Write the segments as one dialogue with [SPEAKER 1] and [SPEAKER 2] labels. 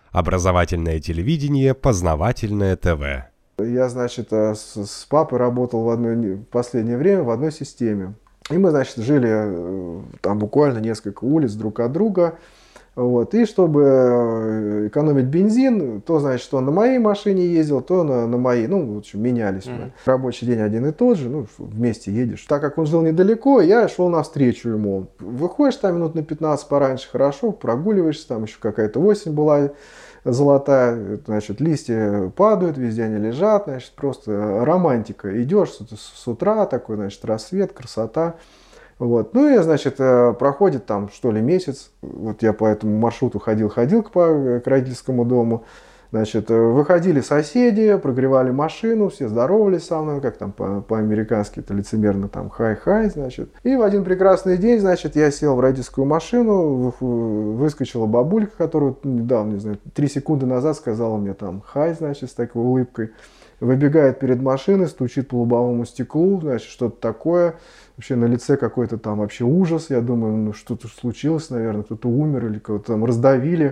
[SPEAKER 1] Образовательное телевидение, познавательное ТВ.
[SPEAKER 2] Я, значит, с папой работал в последнее время в одной системе. И мы, значит, жили там буквально несколько улиц друг от друга. Вот. И чтобы экономить бензин, то, значит, он на моей машине ездил, то на моей. Ну, в общем, менялись мы. Рабочий день один и тот же, ну, вместе едешь. Так как он жил недалеко, я шел навстречу ему. Выходишь там минут на 15 пораньше, хорошо, прогуливаешься, там еще какая-то осень была золотая, значит, листья падают, везде они лежат, значит, просто романтика. Идешь с утра, такой, значит, рассвет, красота. Вот. Ну и, значит, проходит там, что ли, месяц. Вот я по этому маршруту ходил к родительскому дому. Значит, выходили соседи, прогревали машину, все здоровались со мной, как там по-американски, это лицемерно, там, хай-хай, значит. И в один прекрасный день, значит, я сел в родительскую машину, выскочила бабулька, которая недавно, не знаю, 3 секунды назад сказала мне там хай, значит, с такой улыбкой. Выбегает перед машиной, стучит по лобовому стеклу, значит, что-то такое. Вообще на лице какой-то там вообще ужас. Я думаю, ну что-то случилось, наверное, кто-то умер или кого-то там раздавили.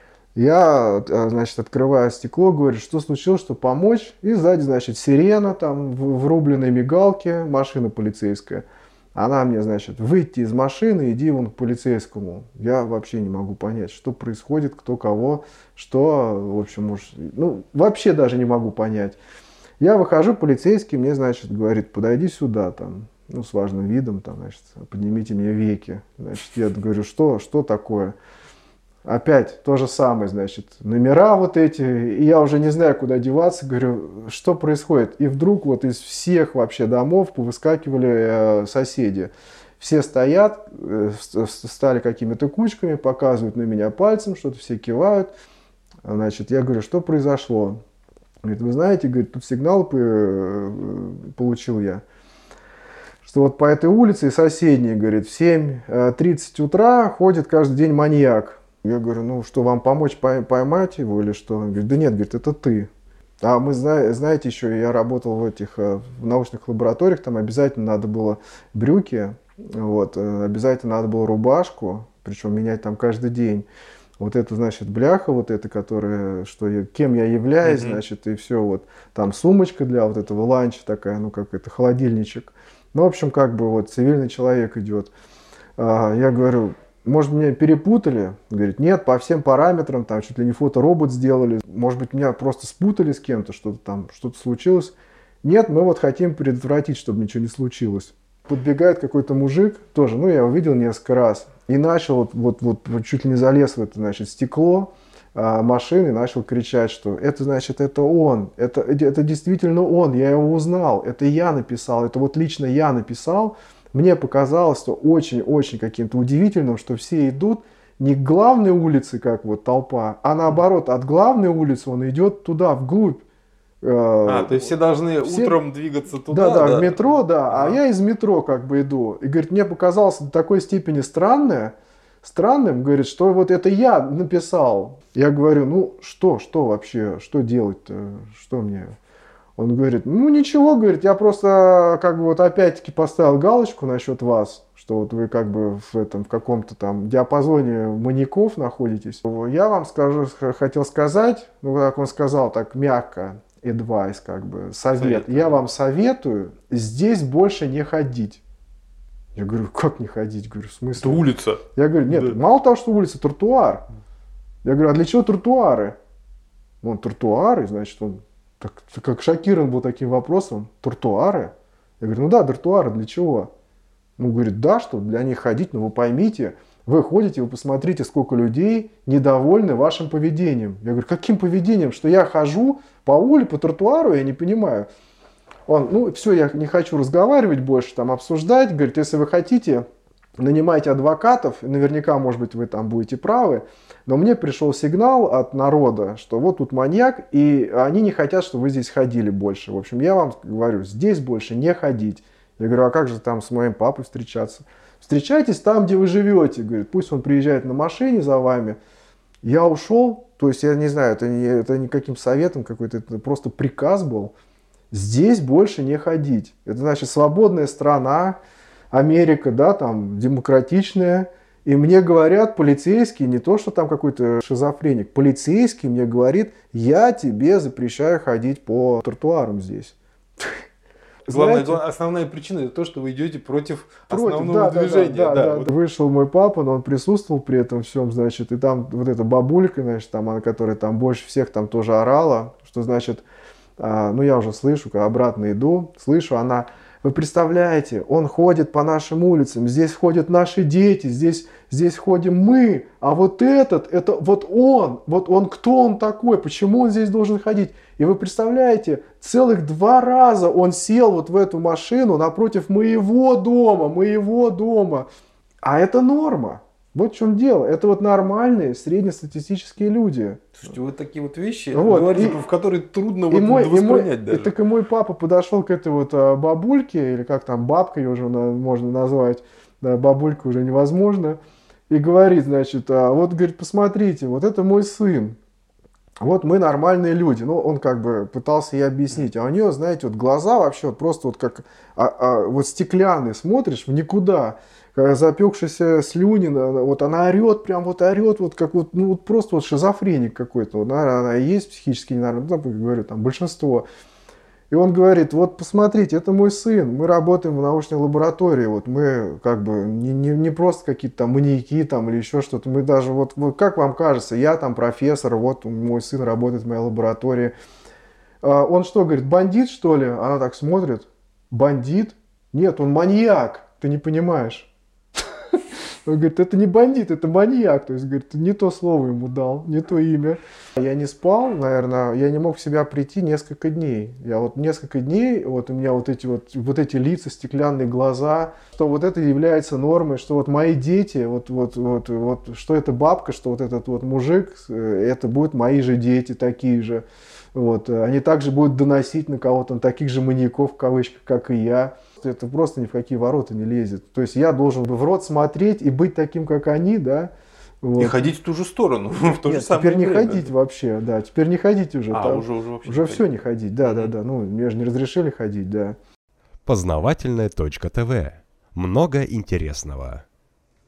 [SPEAKER 2] Я, значит, открываю стекло, говорю, что случилось, что помочь. И сзади, значит, сирена, там, врубленные мигалки, машина полицейская. Она мне, значит, выйти из машины, иди вон к полицейскому. Я вообще не могу понять, что происходит, кто кого, что, в общем, уж, ну, вообще даже не могу понять. Я выхожу, полицейский мне, значит, говорит, подойди сюда, там, ну, с важным видом, там, значит, поднимите мне веки. Значит, я говорю, что такое? Опять то же самое, значит, номера вот эти, и я уже не знаю, куда деваться, говорю, что происходит? И вдруг вот из всех вообще домов повыскакивали соседи. Все стоят, стали какими-то кучками, показывают на меня пальцем, что-то все кивают. Значит, я говорю, что произошло? Говорит, вы знаете, говорит, тут сигнал получил я, что вот по этой улице и соседней, говорит, в 7:30 утра ходит каждый день маньяк. Я говорю, ну что, вам помочь поймать его или что? Он говорит, да нет, говорит, это ты. А мы, знаете, еще я работал в научных лабораториях, там обязательно надо было брюки, вот, обязательно надо было рубашку, причем менять там каждый день. Вот это, значит, бляха, вот это, которая, кем я являюсь, значит, и все, вот, там сумочка для вот этого ланча такая, ну, как это, холодильничек. Ну, в общем, как бы, вот, цивильный человек идет. Я говорю, может, меня перепутали? Говорит, нет, по всем параметрам, там чуть ли не фоторобот сделали. Может быть, меня просто спутали с кем-то, что-то случилось. Нет, мы вот хотим предотвратить, чтобы ничего не случилось. Подбегает какой-то мужик, тоже, ну, я его видел несколько раз. И начал, вот чуть ли не залез в это, значит, стекло машины, начал кричать, что это, значит, это он, это действительно он, я его узнал, это я написал, это вот лично я написал. Мне показалось, что очень-очень каким-то удивительным, что все идут не к главной улице, как вот толпа, а наоборот, от главной улицы он идет туда, вглубь.
[SPEAKER 3] То есть все должны утром двигаться туда?
[SPEAKER 2] Да, в метро, да, а я из метро как бы иду. И, говорит, мне показалось до такой степени странным, говорит, что вот это я написал. Я говорю, ну что вообще, что делать-то, что мне... Он говорит, ну ничего, говорит, я просто как бы вот опять-таки поставил галочку насчет вас, что вот вы как бы в каком-то там диапазоне маньяков находитесь. Я вам хотел сказать, ну как он сказал так мягко, advice, как бы, совет. Я вам советую здесь больше не ходить. Я говорю, как не ходить? Говорю, в смысле?
[SPEAKER 3] Это улица.
[SPEAKER 2] Я говорю, нет, да. Мало того, что улица, тротуар. Я говорю, а для чего тротуары? Он тротуары, значит, он... как шокирован был таким вопросом, тротуары? Я говорю, ну да, тротуары, для чего? Ну, говорит, да, что для них ходить, но вы поймите, вы ходите, вы посмотрите, сколько людей недовольны вашим поведением. Я говорю, каким поведением? Что я хожу по улице, по тротуару, я не понимаю. Он, ну, все, я не хочу разговаривать больше, там, обсуждать. Говорит, если вы хотите, нанимайте адвокатов, наверняка, может быть, вы там будете правы, но мне пришел сигнал от народа, что вот тут маньяк, и они не хотят, чтобы вы здесь ходили больше. В общем, я вам говорю, здесь больше не ходить. Я говорю, а как же там с моим папой встречаться? Встречайтесь там, где вы живете. Говорит, пусть он приезжает на машине за вами. Я ушел, то есть я не знаю, это никаким советом какой-то, это просто приказ был. Здесь больше не ходить. Это значит свободная страна, Америка, да, там демократичная. И мне говорят полицейские, не то, что там какой-то шизофреник, полицейский мне говорит, я тебе запрещаю ходить по тротуарам здесь.
[SPEAKER 3] Основная причина это то, что вы идете против основного движения.
[SPEAKER 2] Да. Вышел мой папа, но он присутствовал при этом всем, значит, и там вот эта бабулька, значит, там, она, которая там больше всех там тоже орала, что значит, ну я уже слышу, когда обратно иду, слышу, она, вы представляете, он ходит по нашим улицам, здесь ходят наши дети, здесь ходим мы, а вот этот, это вот он, кто он такой, почему он здесь должен ходить? И вы представляете, целых 2 раза он сел вот в эту машину напротив моего дома, а это норма. Вот в чем дело. Это вот нормальные среднестатистические люди.
[SPEAKER 3] Слушайте, вот такие вот вещи, говорите, в которые трудно воспринять даже.
[SPEAKER 2] Так и мой папа подошел к этой вот бабульке, или как там, бабка ее уже можно назвать, да, бабулька уже невозможно, и говорит, значит, вот, говорит, посмотрите, вот это мой сын. Вот мы нормальные люди. Ну, он как бы пытался ей объяснить. А у нее, знаете, вот глаза вообще вот просто вот как вот стеклянные, смотришь в никуда. Запекшаяся слюни, вот она орет, прям вот орет, вот как вот, ну вот просто вот шизофреник какой-то. Вот, она и есть психически ненормальная, ну, там, говорю, там большинство. И он говорит, вот посмотрите, это мой сын, мы работаем в научной лаборатории, вот мы как бы не просто какие-то там маньяки там или еще что-то, мы даже вот как вам кажется, я там профессор, вот мой сын работает в моей лаборатории. Он что, говорит, бандит что ли? Она так смотрит, бандит? Нет, он маньяк, ты не понимаешь. Он говорит, это не бандит, это маньяк. То есть, говорит, не то слово ему дал, не то имя. Я не спал, наверное, я не мог в себя прийти несколько дней. Я вот несколько дней, вот у меня вот эти лица, стеклянные глаза, что вот это является нормой, что вот мои дети, вот что это бабка, что вот этот вот мужик, это будут мои же дети такие же. Вот, они также будут доносить на кого-то, на таких же маньяков, в кавычках, как и я. Это просто ни в какие ворота не лезет. То есть я должен в рот смотреть и быть таким, как они, да.
[SPEAKER 3] Вот. И ходить в ту же сторону, в то же самое
[SPEAKER 2] теперь не ходить вообще, да. Теперь не ходить уже.
[SPEAKER 3] Уже
[SPEAKER 2] все не ходить, да. Ну, мне же не разрешили ходить, да.
[SPEAKER 1] Познавательная .тв. Много интересного.